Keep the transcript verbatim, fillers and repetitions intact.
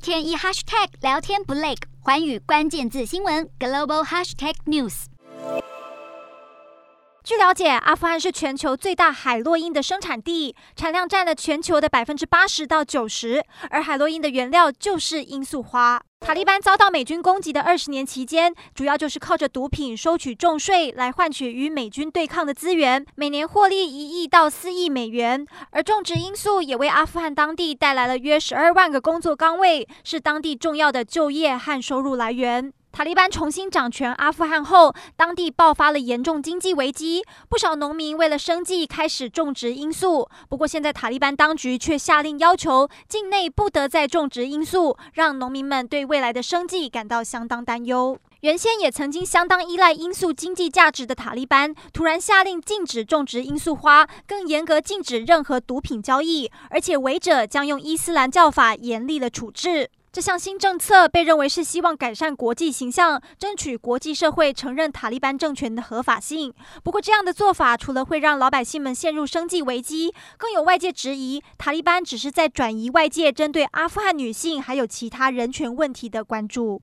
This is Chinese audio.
天一 hashtag 聊天不累，寰宇关键字新闻 global hashtag news。 据了解，阿富汗是全球最大海洛因的生产地，产量占了全球的百分之八十到九十，而海洛因的原料就是罂粟花。塔利班遭到美军攻击的二十年期间，主要就是靠着毒品收取重税来换取与美军对抗的资源，每年获利一亿到四亿美元。而种植罂粟也为阿富汗当地带来了约十二万个工作岗位，是当地重要的就业和收入来源。塔利班重新掌权阿富汗后，当地爆发了严重经济危机，不少农民为了生计开始种植罂粟。不过现在塔利班当局却下令要求境内不得再种植罂粟，让农民们对未来的生计感到相当担忧。原先也曾经相当依赖罂粟经济价值的塔利班，突然下令禁止种植罂粟花，更严格禁止任何毒品交易，而且违者将用伊斯兰教法严厉的处置。这项新政策被认为是希望改善国际形象，争取国际社会承认塔利班政权的合法性。不过，这样的做法除了会让老百姓们陷入生计危机，更有外界质疑塔利班只是在转移外界针对阿富汗女性还有其他人权问题的关注。